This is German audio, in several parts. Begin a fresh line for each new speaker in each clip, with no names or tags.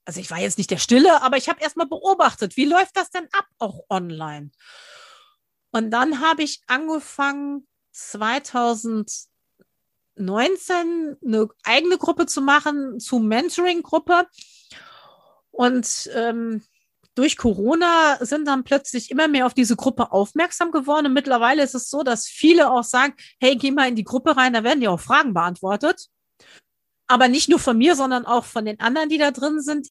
also ich war jetzt nicht der Stille, aber ich habe erstmal beobachtet, wie läuft das denn ab, auch online? Und dann habe ich angefangen, 2019 eine eigene Gruppe zu machen, zu Mentoring-Gruppe. Und durch Corona sind dann plötzlich immer mehr auf diese Gruppe aufmerksam geworden. Und mittlerweile ist es so, dass viele auch sagen, hey, geh mal in die Gruppe rein, da werden dir auch Fragen beantwortet. Aber nicht nur von mir, sondern auch von den anderen, die da drin sind.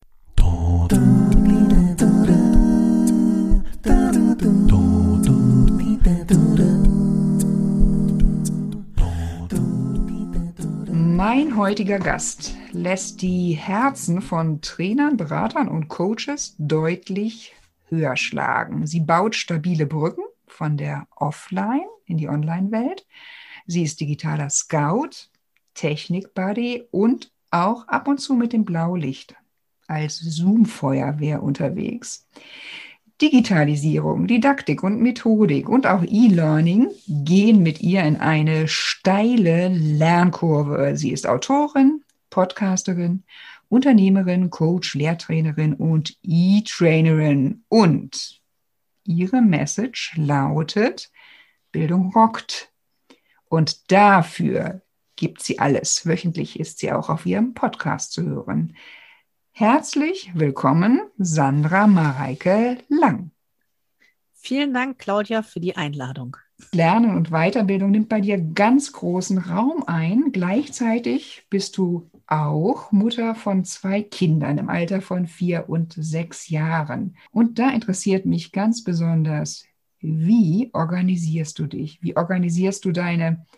Mein heutiger Gast lässt die Herzen von Trainern, Beratern und Coaches deutlich höher schlagen. Sie baut stabile Brücken von der Offline- in die Online-Welt. Sie ist digitaler Scout, Technik-Buddy und auch ab und zu mit dem Blaulicht als Zoom-Feuerwehr unterwegs. Digitalisierung, Didaktik und Methodik und auch E-Learning gehen mit ihr in eine steile Lernkurve. Sie ist Autorin, Podcasterin, Unternehmerin, Coach, Lehrtrainerin und E-Trainerin. Und ihre Message lautet: Bildung rockt. Und dafür gibt sie alles. Wöchentlich ist sie auch auf ihrem Podcast zu hören. Herzlich willkommen, Sandra Mareike Lang.
Vielen Dank, Claudia, für die Einladung.
Lernen und Weiterbildung nimmt bei dir ganz großen Raum ein. Gleichzeitig bist du auch Mutter von 2 Kindern im Alter von 4 und 6 Jahren. Und da interessiert mich ganz besonders, wie organisierst du dich? Wie organisierst du deine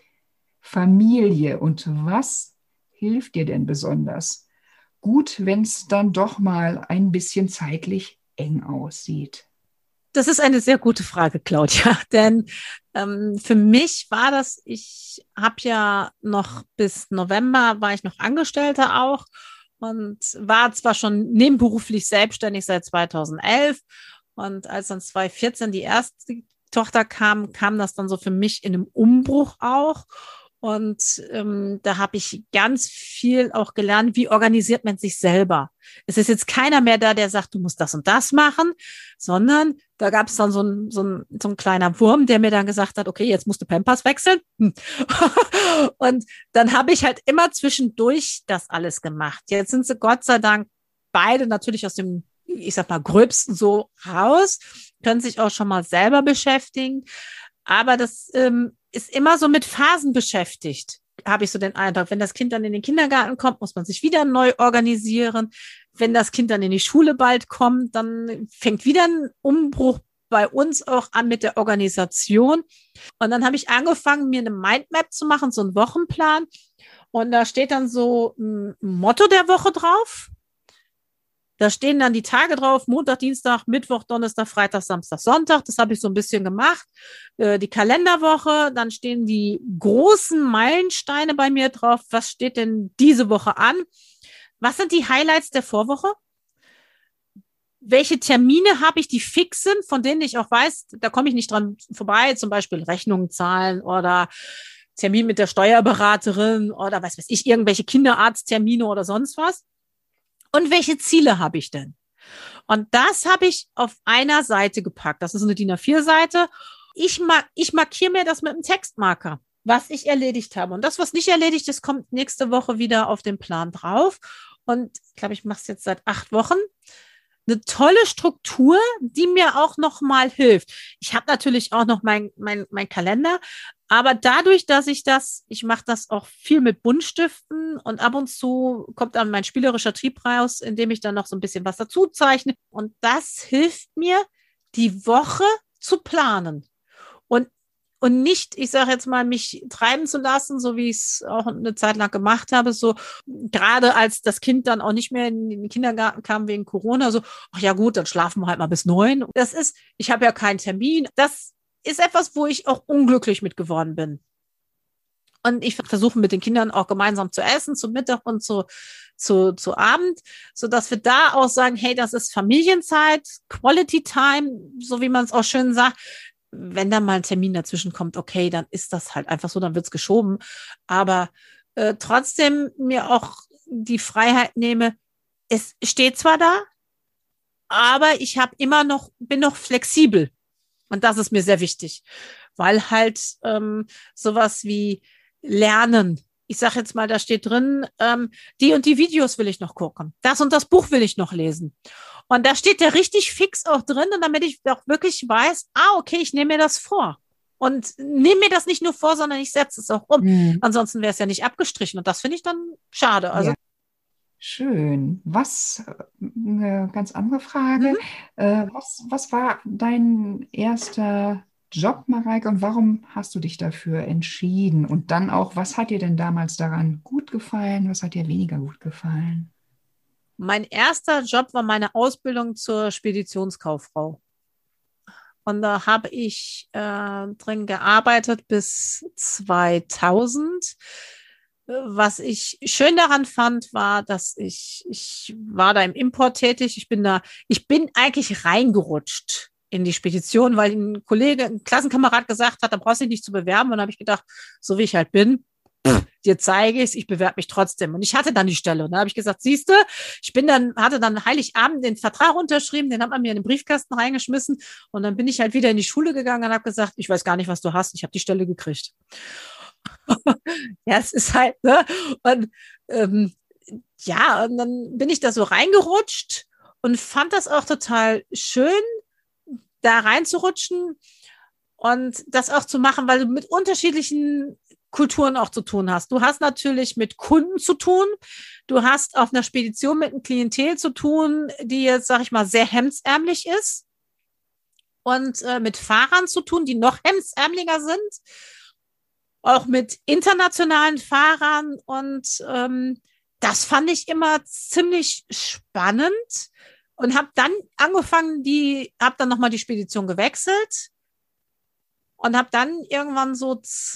Familie? Und was hilft dir denn besonders gut, wenn es dann doch mal ein bisschen zeitlich eng aussieht?
Das ist eine sehr gute Frage, Claudia, denn für mich war das, ich habe ja noch bis November, war ich noch Angestellte auch und war zwar schon nebenberuflich selbstständig seit 2011 und als dann 2014 die erste Tochter kam, kam das dann so für mich in einem Umbruch auch. Und da habe ich ganz viel auch gelernt, wie organisiert man sich selber. Es ist jetzt keiner mehr da, der sagt, du musst das und das machen, sondern da gab es dann so ein kleiner Wurm, der mir dann gesagt hat, okay, jetzt musst du Pampers wechseln. Und dann habe ich halt immer zwischendurch das alles gemacht. Jetzt sind sie Gott sei Dank beide natürlich aus dem, ich sag mal, Gröbsten so raus, können sich auch schon mal selber beschäftigen. Aber das ist immer so mit Phasen beschäftigt, habe ich so den Eindruck. Wenn das Kind dann in den Kindergarten kommt, muss man sich wieder neu organisieren. Wenn das Kind dann in die Schule bald kommt, dann fängt wieder ein Umbruch bei uns auch an mit der Organisation. Und dann habe ich angefangen, mir eine Mindmap zu machen, so einen Wochenplan. Und da steht dann so ein Motto der Woche drauf. Da stehen dann die Tage drauf, Montag, Dienstag, Mittwoch, Donnerstag, Freitag, Samstag, Sonntag. Das habe ich so ein bisschen gemacht. Die Kalenderwoche, dann stehen die großen Meilensteine bei mir drauf. Was steht denn diese Woche an? Was sind die Highlights der Vorwoche? Welche Termine habe ich, die fix sind, von denen ich auch weiß, da komme ich nicht dran vorbei, zum Beispiel Rechnungen zahlen oder Termin mit der Steuerberaterin oder was weiß ich, irgendwelche Kinderarzttermine oder sonst was. Und welche Ziele habe ich denn? Und das habe ich auf einer Seite gepackt. Das ist eine DIN A4-Seite. Ich markiere mir das mit einem Textmarker, was ich erledigt habe. Und das, was nicht erledigt ist, kommt nächste Woche wieder auf den Plan drauf. Und ich glaube, ich mache es jetzt seit 8 Wochen. Eine tolle Struktur, die mir auch noch mal hilft. Ich habe natürlich auch noch mein Kalender, aber dadurch, dass ich mache das auch viel mit Buntstiften und ab und zu kommt dann mein spielerischer Trieb raus, indem ich dann noch so ein bisschen was dazu zeichne. Und das hilft mir, die Woche zu planen. Und nicht, ich sage jetzt mal, mich treiben zu lassen, so wie ich es auch eine Zeit lang gemacht habe, so gerade als das Kind dann auch nicht mehr in den Kindergarten kam wegen Corona, so, ach ja gut, dann schlafen wir halt mal bis 9. Ich habe ja keinen Termin. Das ist etwas, wo ich auch unglücklich mit geworden bin. Und ich versuche mit den Kindern auch gemeinsam zu essen, zu Mittag und zu Abend, so dass wir da auch sagen, hey, das ist Familienzeit, Quality Time, so wie man es auch schön sagt. Wenn da mal ein Termin dazwischen kommt, okay, dann ist das halt einfach so, dann wird's geschoben. Aber trotzdem mir auch die Freiheit nehme, es steht zwar da, aber ich bin noch flexibel. Und das ist mir sehr wichtig, weil halt sowas wie Lernen, ich sage jetzt mal, da steht drin, die und die Videos will ich noch gucken. Das und das Buch will ich noch lesen. Und da steht der richtig fix auch drin, und damit ich auch wirklich weiß, okay, ich nehme mir das vor. Und nehme mir das nicht nur vor, sondern ich setze es auch um. Ansonsten wäre es ja nicht abgestrichen. Und das finde ich dann schade. Also,
ja. Schön. Eine ganz andere Frage. Was war dein erster Job, Mareike, und warum hast du dich dafür entschieden? Und dann auch, was hat dir denn damals daran gut gefallen? Was hat dir weniger gut gefallen?
mein erster Job war meine Ausbildung zur Speditionskauffrau. Und da habe ich drin gearbeitet bis 2000. Was ich schön daran fand, war, dass ich war da im Import tätig. Ich bin eigentlich reingerutscht in die Spedition, weil ein Klassenkamerad gesagt hat, da brauchst du dich nicht zu bewerben. Und dann habe ich gedacht, so wie ich halt bin, dir zeige ich es, ich bewerbe mich trotzdem. Und ich hatte dann die Stelle. Und da habe ich gesagt, siehste, hatte dann Heiligabend den Vertrag unterschrieben, den hat man mir in den Briefkasten reingeschmissen. Und dann bin ich halt wieder in die Schule gegangen und habe gesagt, ich weiß gar nicht, was du hast. Ich habe die Stelle gekriegt. Ja, es ist halt, ne? Und ja, und dann bin ich da so reingerutscht und fand das auch total schön, da reinzurutschen und das auch zu machen, weil du mit unterschiedlichen Kulturen auch zu tun hast. Du hast natürlich mit Kunden zu tun. Du hast auf einer Spedition mit einem Klientel zu tun, die jetzt, sag ich mal, sehr hemdsärmlich ist, und mit Fahrern zu tun, die noch hemdsärmeliger sind, auch mit internationalen Fahrern, und das fand ich immer ziemlich spannend und habe dann habe dann nochmal die Spedition gewechselt und habe dann irgendwann so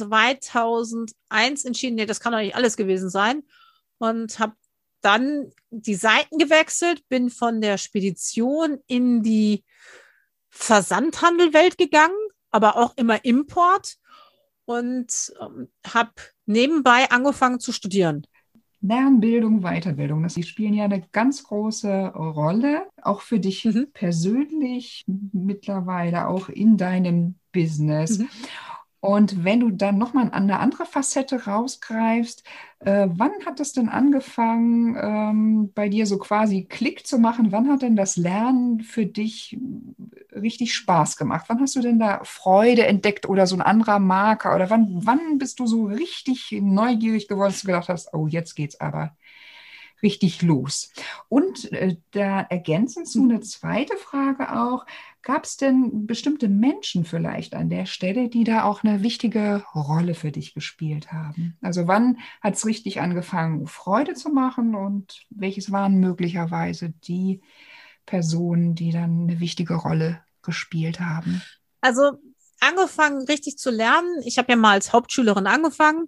2001 entschieden, nee, das kann doch nicht alles gewesen sein, und habe dann die Seiten gewechselt, bin von der Spedition in die Versandhandelwelt gegangen, aber auch immer Import, und habe nebenbei angefangen zu studieren.
Lernbildung, Weiterbildung, die spielen ja eine ganz große Rolle, auch für dich persönlich, mittlerweile auch in deinem Business. Und wenn du dann nochmal eine andere Facette rausgreifst, wann hat es denn angefangen, bei dir so quasi Klick zu machen? Wann hat denn das Lernen für dich richtig Spaß gemacht? Wann hast du denn da Freude entdeckt oder so ein anderer Marker? Oder wann bist du so richtig neugierig geworden, dass du gedacht hast, oh, jetzt geht's aber richtig los? Und da ergänzend zu eine zweite Frage auch, gab es denn bestimmte Menschen vielleicht an der Stelle, die da auch eine wichtige Rolle für dich gespielt haben? Also wann hat es richtig angefangen, Freude zu machen, und welches waren möglicherweise die Personen, die dann eine wichtige Rolle gespielt haben?
Also angefangen richtig zu lernen. Ich habe ja mal als Hauptschülerin angefangen,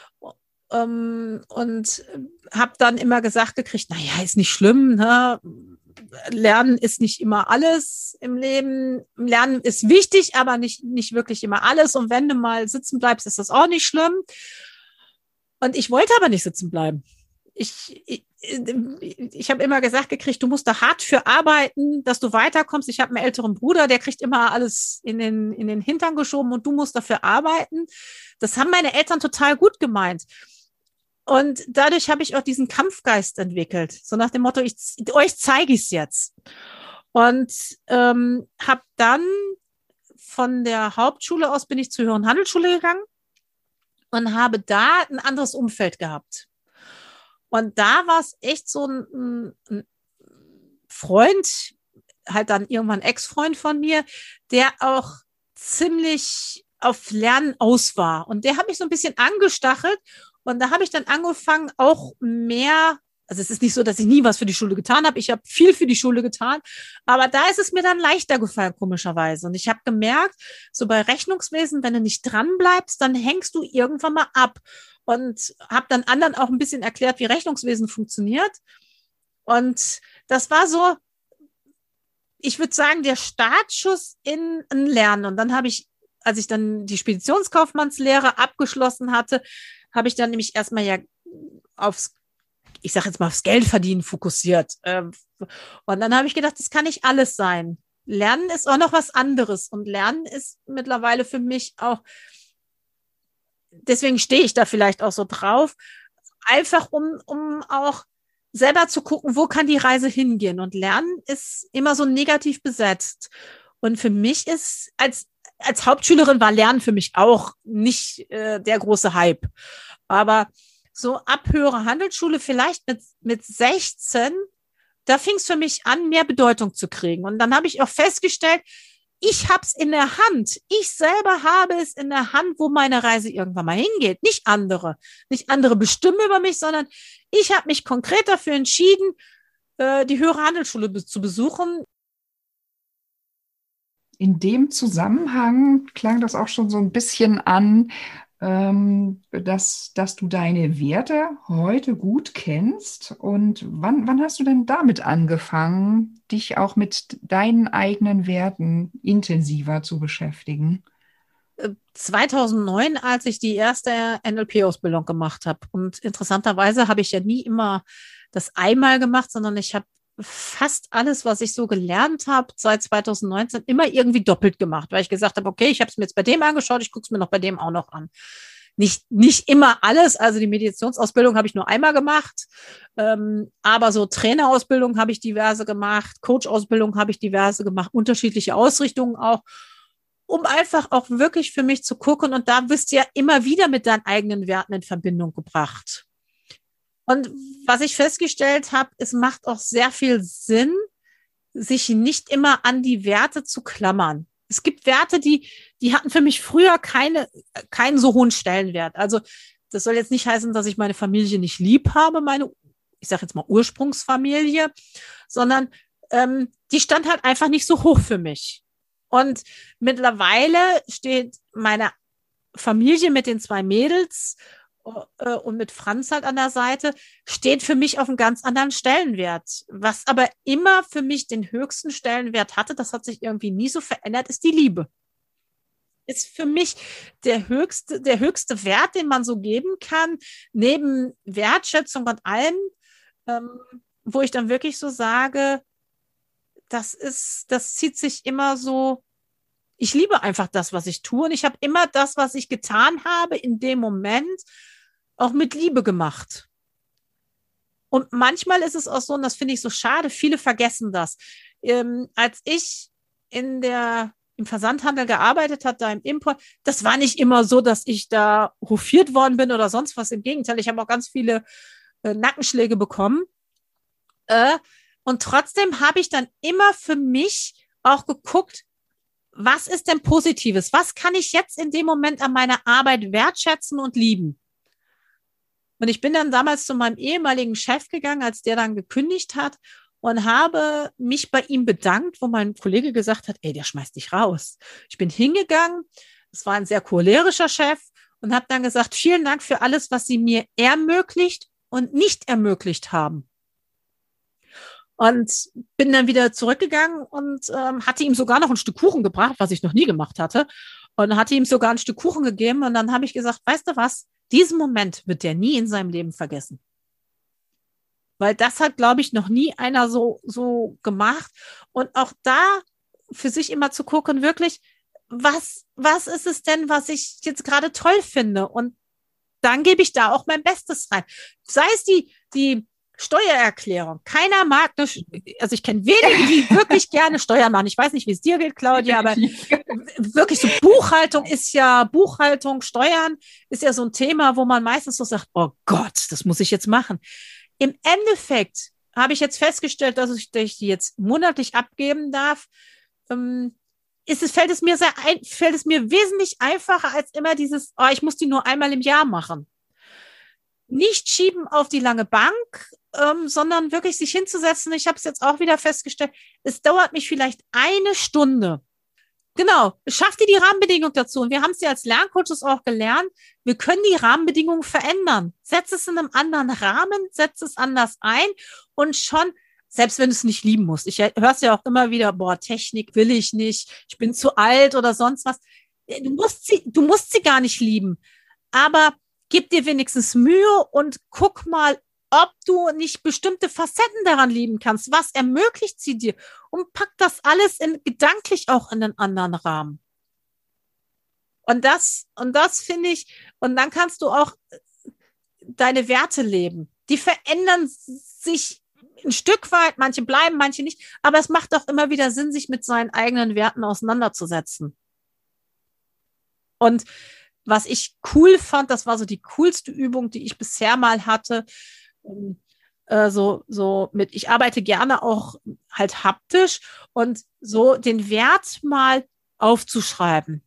und habe dann immer gesagt gekriegt, naja, ist nicht schlimm, ne? Lernen ist nicht immer alles im Leben. Lernen ist wichtig, aber nicht wirklich immer alles. Und wenn du mal sitzen bleibst, ist das auch nicht schlimm. Und ich wollte aber nicht sitzen bleiben. Ich habe immer gesagt gekriegt, du musst da hart für arbeiten, dass du weiterkommst. Ich habe einen älteren Bruder, der kriegt immer alles in den Hintern geschoben, und du musst dafür arbeiten. Das haben meine Eltern total gut gemeint. Und dadurch habe ich auch diesen Kampfgeist entwickelt. So nach dem Motto, euch zeige ich es jetzt. Und habe dann von der Hauptschule aus bin ich zur Höheren Handelsschule gegangen und habe da ein anderes Umfeld gehabt. Und da war es echt so ein Freund, halt dann irgendwann Ex-Freund von mir, der auch ziemlich auf Lernen aus war. Und der hat mich so ein bisschen angestachelt. Und da habe ich dann angefangen, auch mehr, also es ist nicht so, dass ich nie was für die Schule getan habe. Ich habe viel für die Schule getan. Aber da ist es mir dann leichter gefallen, komischerweise. Und ich habe gemerkt, so bei Rechnungswesen, wenn du nicht dran bleibst, dann hängst du irgendwann mal ab. Und habe dann anderen auch ein bisschen erklärt, wie Rechnungswesen funktioniert. Und das war so, ich würde sagen, der Startschuss in ein Lernen. Und dann habe ich, als ich dann die Speditionskaufmannslehre abgeschlossen hatte, habe ich dann nämlich erstmal ja aufs ich sage jetzt mal, aufs Geldverdienen fokussiert. Und dann habe ich gedacht, das kann nicht alles sein. Lernen ist auch noch was anderes. Und Lernen ist mittlerweile für mich auch, deswegen stehe ich da vielleicht auch so drauf, einfach um auch selber zu gucken, wo kann die Reise hingehen. Und Lernen ist immer so negativ besetzt. Und für mich ist, als Hauptschülerin war Lernen für mich auch nicht der große Hype. Aber so ab höhere Handelsschule, vielleicht mit 16, da fing es für mich an, mehr Bedeutung zu kriegen. Und dann habe ich auch festgestellt, ich habe es in der Hand. Ich selber habe es in der Hand, wo meine Reise irgendwann mal hingeht. Nicht andere. Nicht andere bestimmen über mich, sondern ich habe mich konkret dafür entschieden, die höhere Handelsschule zu besuchen.
In dem Zusammenhang klang das auch schon so ein bisschen an, dass du deine Werte heute gut kennst. Und wann hast du denn damit angefangen, dich auch mit deinen eigenen Werten intensiver zu beschäftigen?
2009, als ich die erste NLP-Ausbildung gemacht habe. Und interessanterweise habe ich ja nie immer das einmal gemacht, sondern ich habe fast alles, was ich so gelernt habe, seit 2019 immer irgendwie doppelt gemacht, weil ich gesagt habe, okay, ich habe es mir jetzt bei dem angeschaut, ich gucke es mir noch bei dem auch noch an. Nicht immer alles, also die Meditationsausbildung habe ich nur einmal gemacht, aber so Trainerausbildung habe ich diverse gemacht, Coach-Ausbildung habe ich diverse gemacht, unterschiedliche Ausrichtungen auch, um einfach auch wirklich für mich zu gucken, und da wirst du ja immer wieder mit deinen eigenen Werten in Verbindung gebracht. Und was ich festgestellt habe, es macht auch sehr viel Sinn, sich nicht immer an die Werte zu klammern. Es gibt Werte, die hatten für mich früher keinen so hohen Stellenwert. Also das soll jetzt nicht heißen, dass ich meine Familie nicht lieb habe, meine, ich sage jetzt mal Ursprungsfamilie, sondern die stand halt einfach nicht so hoch für mich. Und mittlerweile steht meine Familie mit den 2 Mädels und mit Franz halt an der Seite, steht für mich auf einem ganz anderen Stellenwert. Was aber immer für mich den höchsten Stellenwert hatte, das hat sich irgendwie nie so verändert, ist die Liebe. Ist für mich der höchste Wert, den man so geben kann, neben Wertschätzung und allem, wo ich dann wirklich so sage, das zieht sich immer so, ich liebe einfach das, was ich tue, und ich habe immer das, was ich getan habe, in dem Moment auch mit Liebe gemacht. Und manchmal ist es auch so, und das finde ich so schade, viele vergessen das. Als ich im Versandhandel gearbeitet habe, da im Import, das war nicht immer so, dass ich da hofiert worden bin oder sonst was. Im Gegenteil, ich habe auch ganz viele Nackenschläge bekommen. Und trotzdem habe ich dann immer für mich auch geguckt, was ist denn Positives? Was kann ich jetzt in dem Moment an meiner Arbeit wertschätzen und lieben? Und ich bin dann damals zu meinem ehemaligen Chef gegangen, als der dann gekündigt hat, und habe mich bei ihm bedankt, wo mein Kollege gesagt hat, ey, der schmeißt dich raus. Ich bin hingegangen, es war ein sehr cholerischer Chef, und habe dann gesagt, vielen Dank für alles, was Sie mir ermöglicht und nicht ermöglicht haben. Und bin dann wieder zurückgegangen und hatte ihm sogar noch ein Stück Kuchen gebracht, was ich noch nie gemacht hatte. Und hatte ihm sogar ein Stück Kuchen gegeben. Und dann habe ich gesagt, weißt du was, diesen Moment wird der nie in seinem Leben vergessen. Weil das hat, glaube ich, noch nie einer so gemacht. Und auch da für sich immer zu gucken, wirklich, was ist es denn, was ich jetzt gerade toll finde? Und dann gebe ich da auch mein Bestes rein. Sei es die Steuererklärung. Keiner mag das, also ich kenne wenige, die wirklich gerne Steuern machen. Ich weiß nicht, wie es dir geht, Claudia, aber wirklich so Buchhaltung, Steuern ist ja so ein Thema, wo man meistens so sagt, oh Gott, das muss ich jetzt machen. Im Endeffekt habe ich jetzt festgestellt, dass ich die jetzt monatlich abgeben darf. Fällt es mir wesentlich einfacher als immer dieses, oh, ich muss die nur einmal im Jahr machen. Nicht schieben auf die lange Bank, sondern wirklich sich hinzusetzen. Ich habe es jetzt auch wieder festgestellt, es dauert mich vielleicht 1 Stunde. Genau, schaff dir die Rahmenbedingungen dazu. Und wir haben es ja als Lerncoaches auch gelernt, wir können die Rahmenbedingungen verändern. Setz es in einem anderen Rahmen, setz es anders ein, und schon, selbst wenn du es nicht lieben musst. Ich höre es ja auch immer wieder, boah, Technik will ich nicht, ich bin zu alt oder sonst was. Du musst sie gar nicht lieben. Aber gib dir wenigstens Mühe und guck mal, ob du nicht bestimmte Facetten daran lieben kannst. Was ermöglicht sie dir? Und pack das alles gedanklich auch in den anderen Rahmen. Und das finde ich, und dann kannst du auch deine Werte leben. Die verändern sich ein Stück weit, manche bleiben, manche nicht, aber es macht auch immer wieder Sinn, sich mit seinen eigenen Werten auseinanderzusetzen. Und was ich cool fand, das war so die coolste Übung, die ich bisher mal hatte, ich arbeite gerne auch halt haptisch und so den Wert mal aufzuschreiben.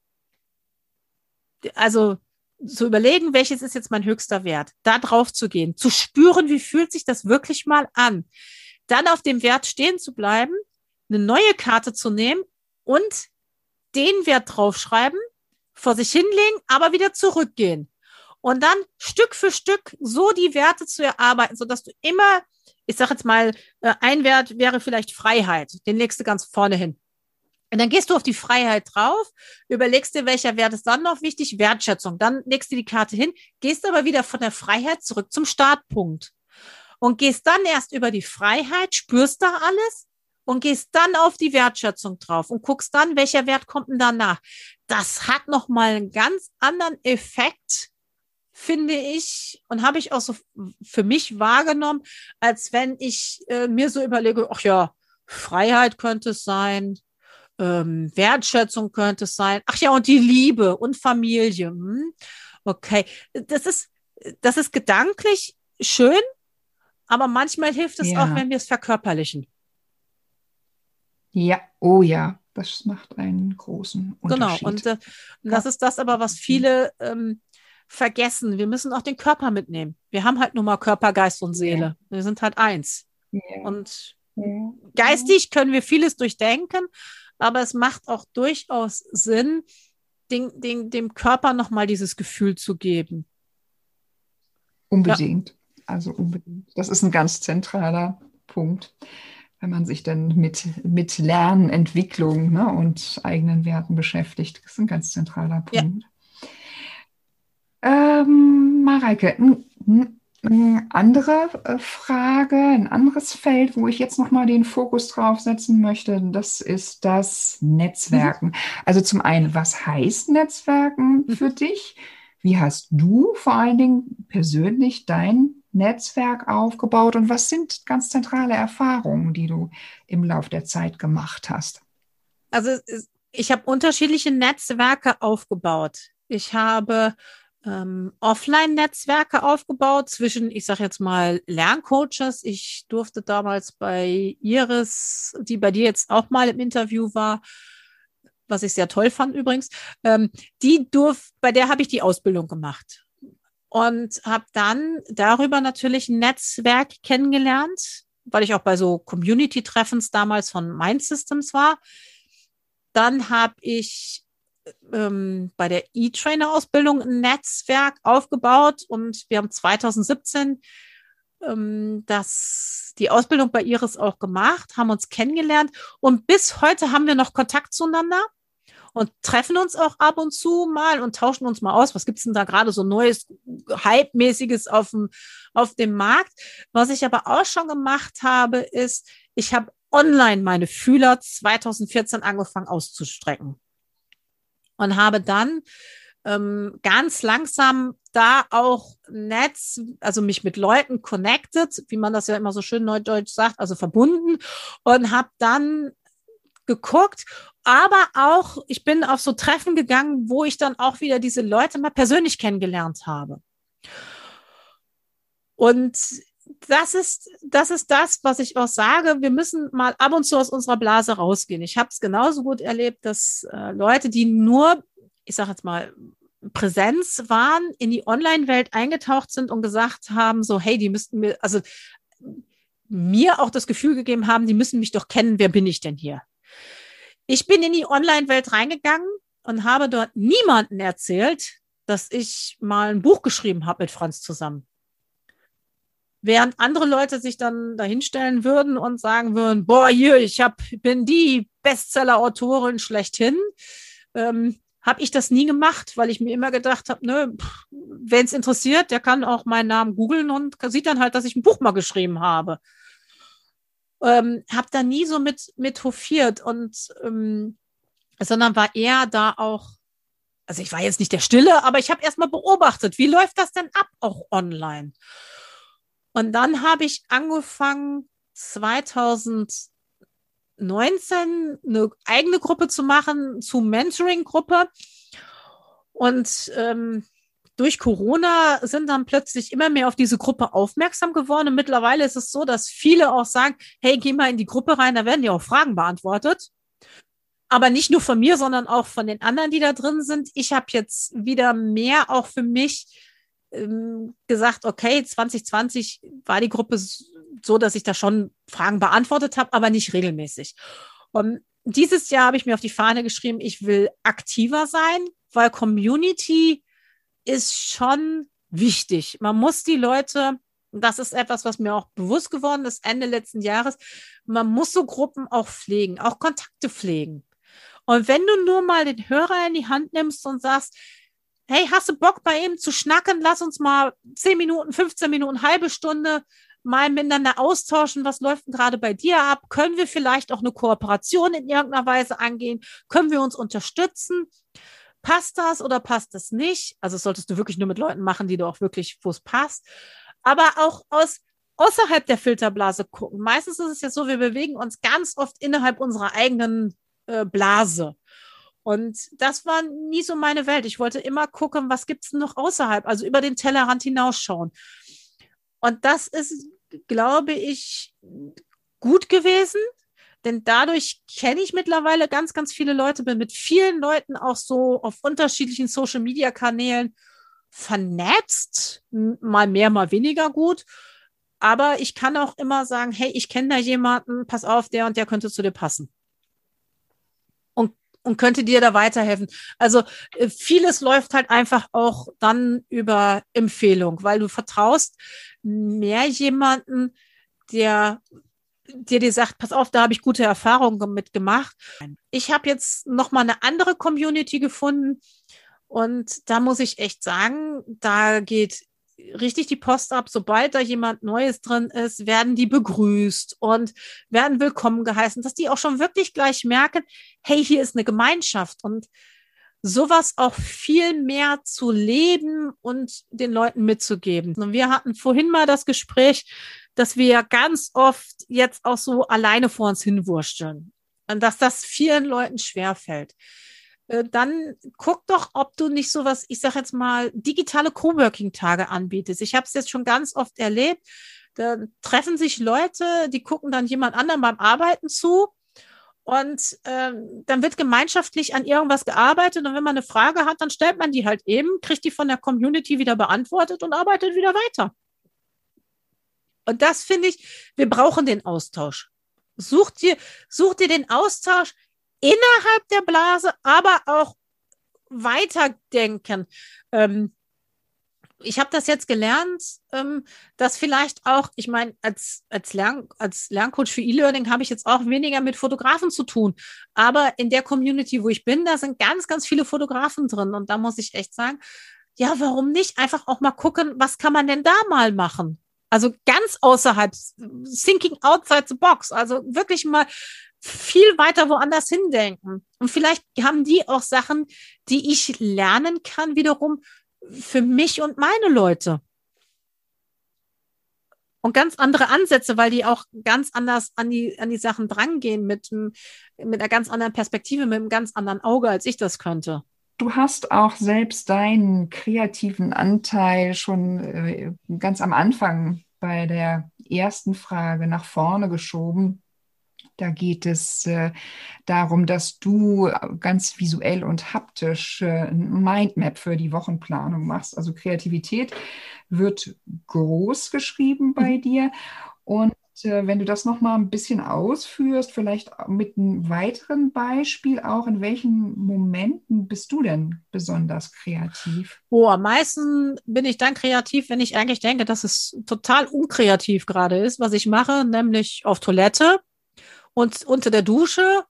Also zu überlegen, welches ist jetzt mein höchster Wert, da drauf zu gehen, zu spüren, wie fühlt sich das wirklich mal an, dann auf dem Wert stehen zu bleiben, eine neue Karte zu nehmen und den Wert draufschreiben, vor sich hinlegen, aber wieder zurückgehen und dann Stück für Stück so die Werte zu erarbeiten, sodass du immer, ich sage jetzt mal, ein Wert wäre vielleicht Freiheit, den legst du ganz vorne hin. Und dann gehst du auf die Freiheit drauf, überlegst dir, welcher Wert ist dann noch wichtig, Wertschätzung. Dann legst du die Karte hin, gehst aber wieder von der Freiheit zurück zum Startpunkt und gehst dann erst über die Freiheit, spürst da alles und gehst dann auf die Wertschätzung drauf und guckst dann, welcher Wert kommt denn danach. Das hat nochmal einen ganz anderen Effekt, finde ich, und habe ich auch so für mich wahrgenommen, als wenn ich mir so überlege, ach ja, Freiheit könnte es sein, Wertschätzung könnte es sein. Ach ja, und die Liebe und Familie. Okay, das ist gedanklich schön, aber manchmal hilft es auch, wenn wir es verkörperlichen.
Ja, oh ja, das macht einen großen Unterschied.
Genau, und das ist das aber, was viele vergessen. Wir müssen auch den Körper mitnehmen. Wir haben halt nur mal Körper, Geist und Seele. Ja. Wir sind halt eins. Ja. Und geistig können wir vieles durchdenken, aber es macht auch durchaus Sinn, dem Körper nochmal dieses Gefühl zu geben.
Unbedingt. Ja. Also unbedingt. Das ist ein ganz zentraler Punkt, wenn man sich dann mit Lernentwicklung, ne, und eigenen Werten beschäftigt. Das ist ein ganz zentraler Punkt. Ja. Mareike, eine andere Frage, ein anderes Feld, wo ich jetzt nochmal den Fokus drauf setzen möchte, das ist das Netzwerken. Also zum einen, was heißt Netzwerken für dich? Wie hast du vor allen Dingen persönlich dein Netzwerk aufgebaut und was sind ganz zentrale Erfahrungen, die du im Laufe der Zeit gemacht hast?
Also ich habe unterschiedliche Netzwerke aufgebaut. Ich habe Offline-Netzwerke aufgebaut zwischen, ich sage jetzt mal, Lerncoaches. Ich durfte damals bei Iris, die bei dir jetzt auch mal im Interview war, was ich sehr toll fand übrigens, bei der habe ich die Ausbildung gemacht und habe dann darüber natürlich ein Netzwerk kennengelernt, weil ich auch bei so Community-Treffens damals von Mind Systems war. Dann habe ich bei der E-Trainer-Ausbildung ein Netzwerk aufgebaut und wir haben 2017 die Ausbildung bei Iris auch gemacht, haben uns kennengelernt und bis heute haben wir noch Kontakt zueinander und treffen uns auch ab und zu mal und tauschen uns mal aus. Was gibt's denn da gerade so Neues, Hype-mäßiges auf dem Markt? Was ich aber auch schon gemacht habe, ist, ich habe online meine Fühler 2014 angefangen auszustrecken. Und habe dann ganz langsam da auch also mich mit Leuten connected, wie man das ja immer so schön neudeutsch sagt, also verbunden und habe dann geguckt, aber auch, ich bin auf so Treffen gegangen, wo ich dann auch wieder diese Leute mal persönlich kennengelernt habe. Und das ist das, was ich auch sage. Wir müssen mal ab und zu aus unserer Blase rausgehen. Ich habe es genauso gut erlebt, dass Leute, die nur, ich sage jetzt mal, Präsenz waren, in die Online-Welt eingetaucht sind und gesagt haben, so, hey, die müssten mir auch das Gefühl gegeben haben, die müssen mich doch kennen, wer bin ich denn hier? Ich bin in die Online-Welt reingegangen und habe dort niemandem erzählt, dass ich mal ein Buch geschrieben habe mit Franz zusammen. Während andere Leute sich dann dahinstellen würden und sagen würden, boah, hier, bin die Bestseller-Autorin schlechthin. habe ich das nie gemacht, weil ich mir immer gedacht habe, nö, wen es interessiert, der kann auch meinen Namen googeln und sieht dann halt, dass ich ein Buch mal geschrieben habe. Habe da nie so mit hofiert sondern war eher da auch, also ich war jetzt nicht der Stille, aber ich habe erstmal beobachtet, wie läuft das denn ab, auch online? Und dann habe ich angefangen, 2019 eine eigene Gruppe zu machen, zu Mentoring-Gruppe. Und durch Corona sind dann plötzlich immer mehr auf diese Gruppe aufmerksam geworden. Und mittlerweile ist es so, dass viele auch sagen, hey, geh mal in die Gruppe rein, da werden dir auch Fragen beantwortet. Aber nicht nur von mir, sondern auch von den anderen, die da drin sind. Ich habe jetzt wieder mehr auch für mich gesagt, okay, 2020 war die Gruppe so, dass ich da schon Fragen beantwortet habe, aber nicht regelmäßig. Und dieses Jahr habe ich mir auf die Fahne geschrieben, ich will aktiver sein, weil Community ist schon wichtig. Man muss die Leute, das ist etwas, was mir auch bewusst geworden ist, Ende letzten Jahres, man muss so Gruppen auch pflegen, auch Kontakte pflegen. Und wenn du nur mal den Hörer in die Hand nimmst und sagst, hey, hast du Bock bei ihm zu schnacken? Lass uns mal 10 Minuten, 15 Minuten, halbe Stunde mal miteinander austauschen. Was läuft denn gerade bei dir ab? Können wir vielleicht auch eine Kooperation in irgendeiner Weise angehen? Können wir uns unterstützen? Passt das oder passt das nicht? Also das solltest du wirklich nur mit Leuten machen, die du auch wirklich, wo es passt. Aber auch außerhalb der Filterblase gucken. Meistens ist es ja so, wir bewegen uns ganz oft innerhalb unserer eigenen Blase. Und das war nie so meine Welt. Ich wollte immer gucken, was gibt es noch außerhalb, also über den Tellerrand hinausschauen. Und das ist, glaube ich, gut gewesen, denn dadurch kenne ich mittlerweile ganz, ganz viele Leute, bin mit vielen Leuten auch so auf unterschiedlichen Social-Media-Kanälen vernetzt, mal mehr, mal weniger gut. Aber ich kann auch immer sagen, hey, ich kenne da jemanden, pass auf, der und der könnte zu dir passen. Und könnte dir da weiterhelfen. Also vieles läuft halt einfach auch dann über Empfehlung, weil du vertraust mehr jemanden, der dir sagt, pass auf, da habe ich gute Erfahrungen mitgemacht. Ich habe jetzt noch mal eine andere Community gefunden und da muss ich echt sagen, da geht richtig die Post ab. Sobald da jemand Neues drin ist, werden die begrüßt und werden willkommen geheißen, dass die auch schon wirklich gleich merken, hey, hier ist eine Gemeinschaft und sowas auch viel mehr zu leben und den Leuten mitzugeben. Und wir hatten vorhin mal das Gespräch, dass wir ganz oft jetzt auch so alleine vor uns hinwursteln und dass das vielen Leuten schwerfällt. Dann guck doch, ob du nicht sowas, ich sage jetzt mal, digitale Coworking-Tage anbietest. Ich habe es jetzt schon ganz oft erlebt. Da treffen sich Leute, die gucken dann jemand anderem beim Arbeiten zu und dann wird gemeinschaftlich an irgendwas gearbeitet und wenn man eine Frage hat, dann stellt man die halt eben, kriegt die von der Community wieder beantwortet und arbeitet wieder weiter. Und das finde ich, wir brauchen den Austausch. Such dir den Austausch innerhalb der Blase, aber auch weiterdenken. Ich habe das jetzt gelernt, dass vielleicht auch, ich meine, als Lerncoach für E-Learning habe ich jetzt auch weniger mit Fotografen zu tun. Aber in der Community, wo ich bin, da sind ganz, ganz viele Fotografen drin. Und da muss ich echt sagen, ja, warum nicht einfach auch mal gucken, was kann man denn da mal machen? Also ganz außerhalb, thinking outside the box, also wirklich mal viel weiter woanders hindenken. Und vielleicht haben die auch Sachen, die ich lernen kann, wiederum für mich und meine Leute. Und ganz andere Ansätze, weil die auch ganz anders an die Sachen drangehen, mit einer ganz anderen Perspektive, mit einem ganz anderen Auge, als ich das könnte.
Du hast auch selbst deinen kreativen Anteil schon ganz am Anfang bei der ersten Frage nach vorne geschoben. Da geht es darum, dass du ganz visuell und haptisch ein Mindmap für die Wochenplanung machst. Also Kreativität wird groß geschrieben bei dir. Und wenn du das noch mal ein bisschen ausführst, vielleicht mit einem weiteren Beispiel auch, in welchen Momenten bist du denn besonders kreativ?
Am meisten bin ich dann kreativ, wenn ich eigentlich denke, dass es total unkreativ gerade ist, was ich mache, nämlich auf Toilette und unter der Dusche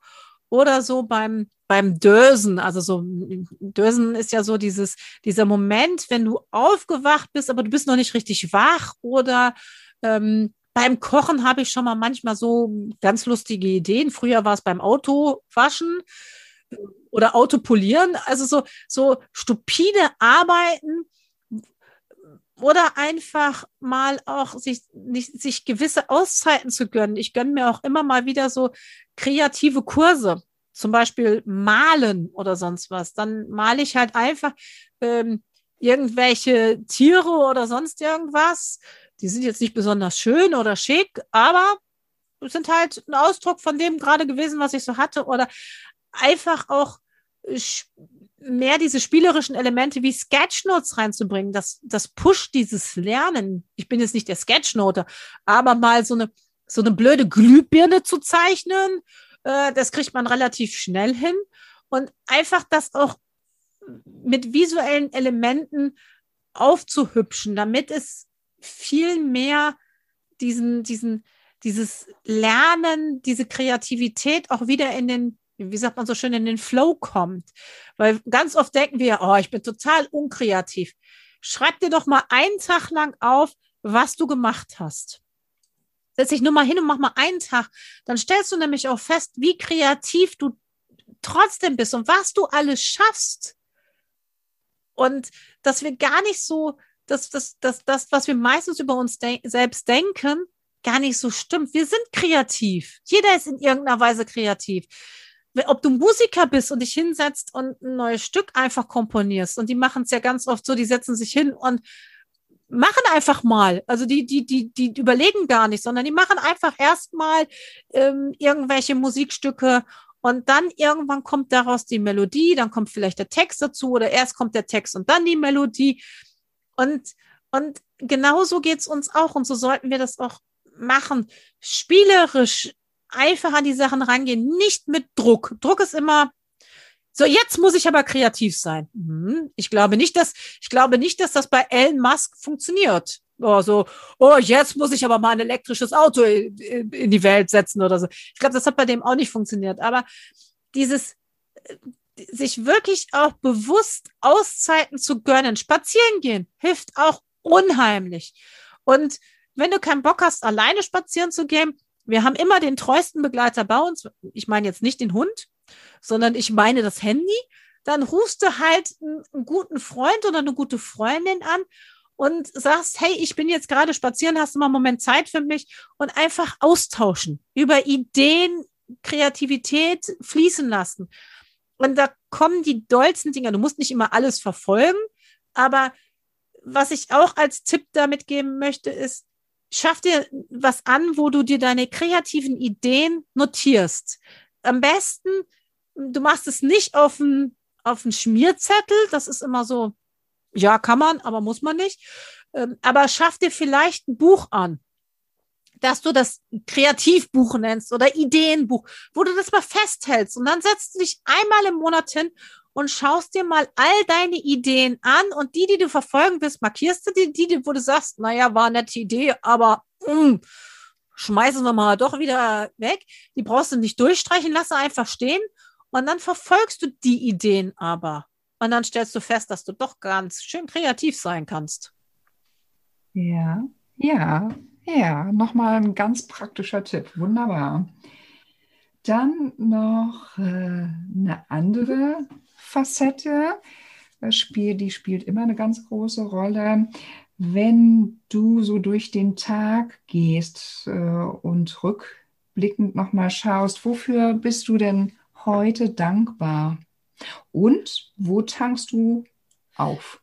oder so beim Dösen. Also so Dösen ist ja so dieser Moment, wenn du aufgewacht bist, aber du bist noch nicht richtig wach, oder beim Kochen habe ich schon mal manchmal so ganz lustige Ideen. Früher war es beim Autowaschen oder Autopolieren, also so stupide Arbeiten, oder einfach mal auch sich gewisse Auszeiten zu gönnen. Ich gönne mir auch immer mal wieder so kreative Kurse, zum Beispiel malen oder sonst was. Dann male ich halt einfach irgendwelche Tiere oder sonst irgendwas. Die sind jetzt nicht besonders schön oder schick, aber sind halt ein Ausdruck von dem gerade gewesen, was ich so hatte. Oder einfach auch mehr diese spielerischen Elemente wie Sketchnotes reinzubringen. Das pusht dieses Lernen. Ich bin jetzt nicht der Sketchnoter, aber mal so eine blöde Glühbirne zu zeichnen, das kriegt man relativ schnell hin. Und einfach das auch mit visuellen Elementen aufzuhübschen, damit es viel mehr dieses Lernen, diese Kreativität auch wieder wie sagt man so schön, in den Flow kommt. Weil ganz oft denken wir, oh, ich bin total unkreativ. Schreib dir doch mal einen Tag lang auf, was du gemacht hast. Setz dich nur mal hin und mach mal einen Tag. Dann stellst du nämlich auch fest, wie kreativ du trotzdem bist und was du alles schaffst. Und dass wir gar nicht so, das, was wir meistens über uns selbst denken, gar nicht so stimmt. Wir sind kreativ. Jeder ist in irgendeiner Weise kreativ. Ob du Musiker bist und dich hinsetzt und ein neues Stück einfach komponierst, und die machen es ja ganz oft so, die setzen sich hin und machen einfach mal. Also die überlegen gar nicht, sondern die machen einfach erstmal irgendwelche Musikstücke, und dann irgendwann kommt daraus die Melodie, dann kommt vielleicht der Text dazu, oder erst kommt der Text und dann die Melodie. Und genauso geht's uns auch, und so sollten wir das auch machen. Spielerisch einfach an die Sachen rangehen, nicht mit Druck. Druck ist immer so, jetzt muss ich aber kreativ sein. Ich glaube nicht, dass das bei Elon Musk funktioniert. Jetzt muss ich aber mal ein elektrisches Auto in die Welt setzen oder so. Ich glaube, das hat bei dem auch nicht funktioniert. Aber dieses sich wirklich auch bewusst Auszeiten zu gönnen, spazieren gehen, hilft auch unheimlich. Und wenn du keinen Bock hast, alleine spazieren zu gehen, wir haben immer den treuesten Begleiter bei uns. Ich meine jetzt nicht den Hund, sondern ich meine das Handy. Dann rufst du halt einen guten Freund oder eine gute Freundin an und sagst, hey, ich bin jetzt gerade spazieren, hast du mal einen Moment Zeit für mich? Und einfach austauschen, über Ideen, Kreativität fließen lassen. Und da kommen die dollsten Dinger. Du musst nicht immer alles verfolgen, aber was ich auch als Tipp damit geben möchte, ist, schaff dir was an, wo du dir deine kreativen Ideen notierst. Am besten, du machst es nicht auf einen Schmierzettel. Das ist immer so, ja, kann man, aber muss man nicht. Aber schaff dir vielleicht ein Buch an, dass du das Kreativbuch nennst oder Ideenbuch, wo du das mal festhältst. Und dann setzt du dich einmal im Monat hin und schaust dir mal all deine Ideen an, und die du verfolgen willst, markierst du die, wo du sagst, naja, war eine nette Idee, aber schmeißen wir mal doch wieder weg. Die brauchst du nicht durchstreichen, lass sie einfach stehen, und dann verfolgst du die Ideen aber. Und dann stellst du fest, dass du doch ganz schön kreativ sein kannst.
Ja, ja, ja, nochmal ein ganz praktischer Tipp. Wunderbar. Dann noch eine andere Facette, die spielt immer eine ganz große Rolle. Wenn du so durch den Tag gehst und rückblickend nochmal schaust, wofür bist du denn heute dankbar? Und wo tankst du auf?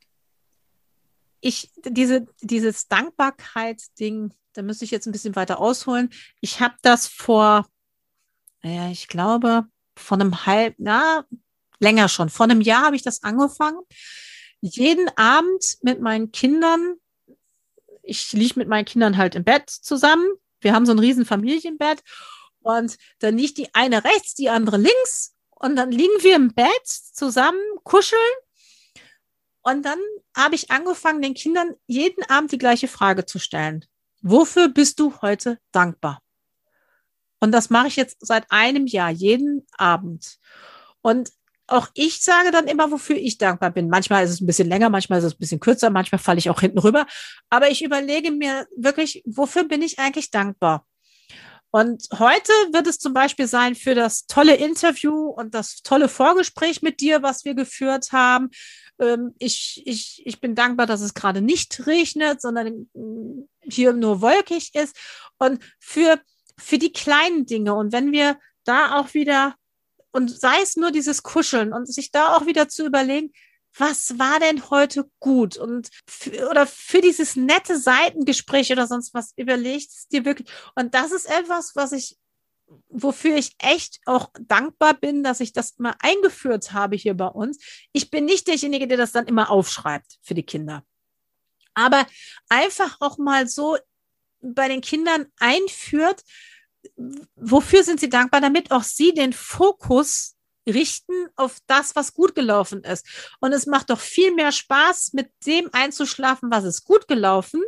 Dieses Dankbarkeit-Ding, da müsste ich jetzt ein bisschen weiter ausholen. Ich habe das ich glaube, länger schon. Vor einem Jahr habe ich das angefangen. Jeden Abend mit meinen Kindern, ich liege mit meinen Kindern halt im Bett zusammen. Wir haben so ein riesen Familienbett, und dann liegt die eine rechts, die andere links, und dann liegen wir im Bett zusammen, kuscheln. Und dann habe ich angefangen, den Kindern jeden Abend die gleiche Frage zu stellen. Wofür bist du heute dankbar? Und das mache ich jetzt seit einem Jahr, jeden Abend. Und auch ich sage dann immer, wofür ich dankbar bin. Manchmal ist es ein bisschen länger, manchmal ist es ein bisschen kürzer, manchmal falle ich auch hinten rüber. Aber ich überlege mir wirklich, wofür bin ich eigentlich dankbar? Und heute wird es zum Beispiel sein für das tolle Interview und das tolle Vorgespräch mit dir, was wir geführt haben. Ich bin dankbar, dass es gerade nicht regnet, sondern hier nur wolkig ist. Und für die kleinen Dinge. Und wenn wir da auch wieder, und sei es nur dieses Kuscheln und sich da auch wieder zu überlegen, was war denn heute gut? Und oder für dieses nette Seitengespräch oder sonst was, überlegt es dir wirklich. Und das ist etwas, wofür ich echt auch dankbar bin, dass ich das mal eingeführt habe hier bei uns. Ich bin nicht derjenige, der das dann immer aufschreibt für die Kinder. Aber einfach auch mal so bei den Kindern einführt, wofür sind sie dankbar, damit auch sie den Fokus richten auf das, was gut gelaufen ist. Und es macht doch viel mehr Spaß, mit dem einzuschlafen, was gut gelaufen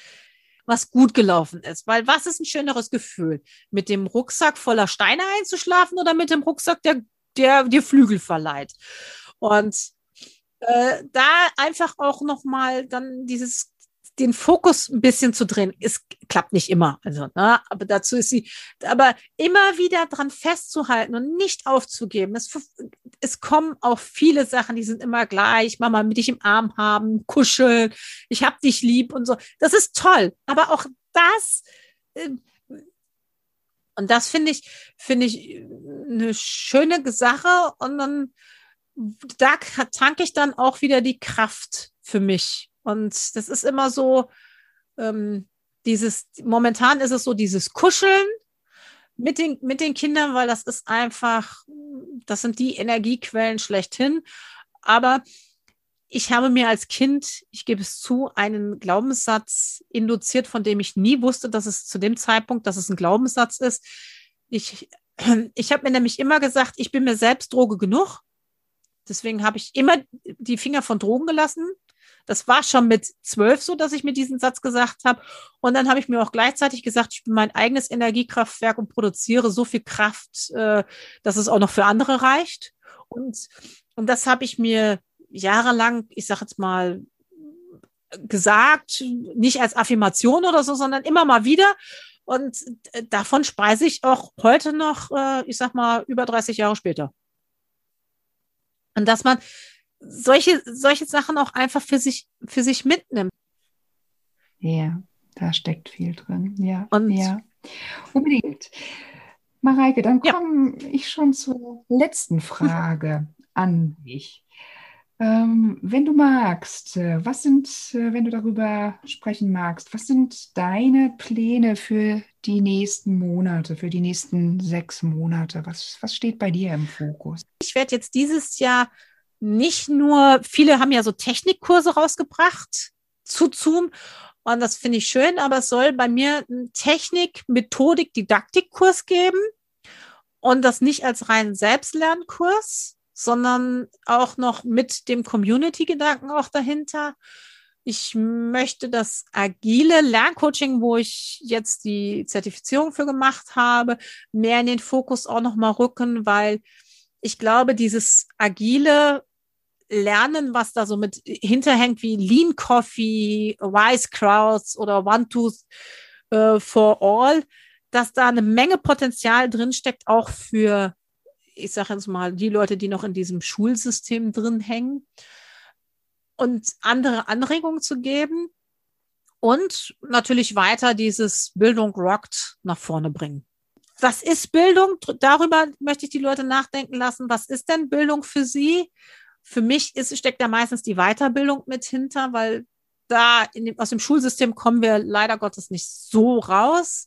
ist. Weil was ist ein schöneres Gefühl? Mit dem Rucksack voller Steine einzuschlafen oder mit dem Rucksack, der dir Flügel verleiht? Und da einfach auch nochmal dann den Fokus ein bisschen zu drehen. Es klappt nicht immer, also, ne? Aber dazu ist aber immer wieder dran festzuhalten und nicht aufzugeben. Es kommen auch viele Sachen, die sind immer gleich. Mama, mit dich im Arm haben, kuscheln, ich hab dich lieb und so. Das ist toll. Aber auch das, und das finde ich eine schöne Sache. Und dann, da tanke ich dann auch wieder die Kraft für mich. Und das ist immer so, momentan ist es so dieses Kuscheln mit den Kindern, weil das ist einfach, das sind die Energiequellen schlechthin. Aber ich habe mir als Kind, ich gebe es zu, einen Glaubenssatz induziert, von dem ich nie wusste, dass es zu dem Zeitpunkt, dass es ein Glaubenssatz ist. Ich habe mir nämlich immer gesagt, ich bin mir selbst Droge genug. Deswegen habe ich immer die Finger von Drogen gelassen. Das war schon mit 12 so, dass ich mir diesen Satz gesagt habe. Und dann habe ich mir auch gleichzeitig gesagt, ich bin mein eigenes Energiekraftwerk und produziere so viel Kraft, dass es auch noch für andere reicht. Und das habe ich mir jahrelang, ich sage jetzt mal, gesagt, nicht als Affirmation oder so, sondern immer mal wieder. Und davon speise ich auch heute noch, ich sag mal, über 30 Jahre später. Und dass man solche Sachen auch einfach für sich mitnimmt.
Ja, da steckt viel drin. Ja,
Und
ja, unbedingt. Mareike, dann
ja,
komme ich schon zur letzten Frage an dich. Wenn du magst, wenn du darüber sprechen magst, was sind deine Pläne für die nächsten Monate, für die nächsten 6 Monate? Was steht bei dir im Fokus?
ich werde jetzt dieses Jahr nicht nur, viele haben ja so Technikkurse rausgebracht zu Zoom und das finde ich schön, aber es soll bei mir einen Technik-, Methodik-, Didaktikkurs geben und das nicht als reinen Selbstlernkurs, sondern auch noch mit dem Community-Gedanken auch dahinter. Ich möchte das agile Lerncoaching, wo ich jetzt die Zertifizierung für gemacht habe, mehr in den Fokus auch nochmal rücken, weil ich glaube, dieses agile Lernen, was da so mit hinterhängt, wie Lean Coffee, Wise Crowds oder One Tooth for All, dass da eine Menge Potenzial drinsteckt, auch für, ich sage jetzt mal, die Leute, die noch in diesem Schulsystem drin hängen und andere Anregungen zu geben und natürlich weiter dieses Bildung rockt nach vorne bringen. Was ist Bildung? Darüber möchte ich die Leute nachdenken lassen. Was ist denn Bildung für sie? Für mich steckt da meistens die Weiterbildung mit hinter, weil aus dem Schulsystem kommen wir leider Gottes nicht so raus.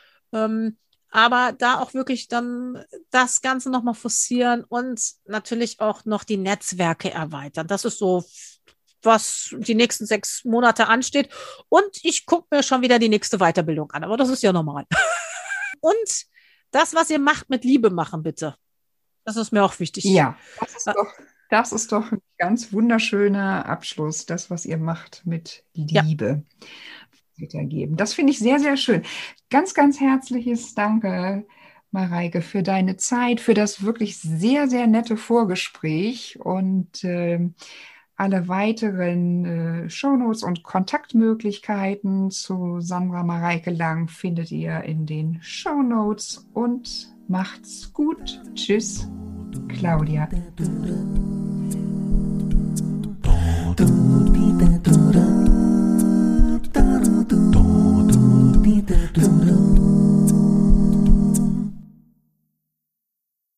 Aber da auch wirklich dann das Ganze nochmal forcieren und natürlich auch noch die Netzwerke erweitern. Das ist so, was die nächsten 6 Monate ansteht. Und ich gucke mir schon wieder die nächste Weiterbildung an. Aber das ist ja normal. Und das, was ihr macht, mit Liebe machen, bitte. Das ist mir auch wichtig.
Ja, das ist doch ein ganz wunderschöner Abschluss, das, was ihr macht mit Liebe. Ja. Weitergeben. Das finde ich sehr, sehr schön. Ganz, ganz herzliches Danke, Mareike, für deine Zeit, für das wirklich sehr, sehr nette Vorgespräch und alle weiteren Shownotes und Kontaktmöglichkeiten zu Sandra Mareike Lang findet ihr in den Shownotes und macht's gut. Tschüss, Claudia.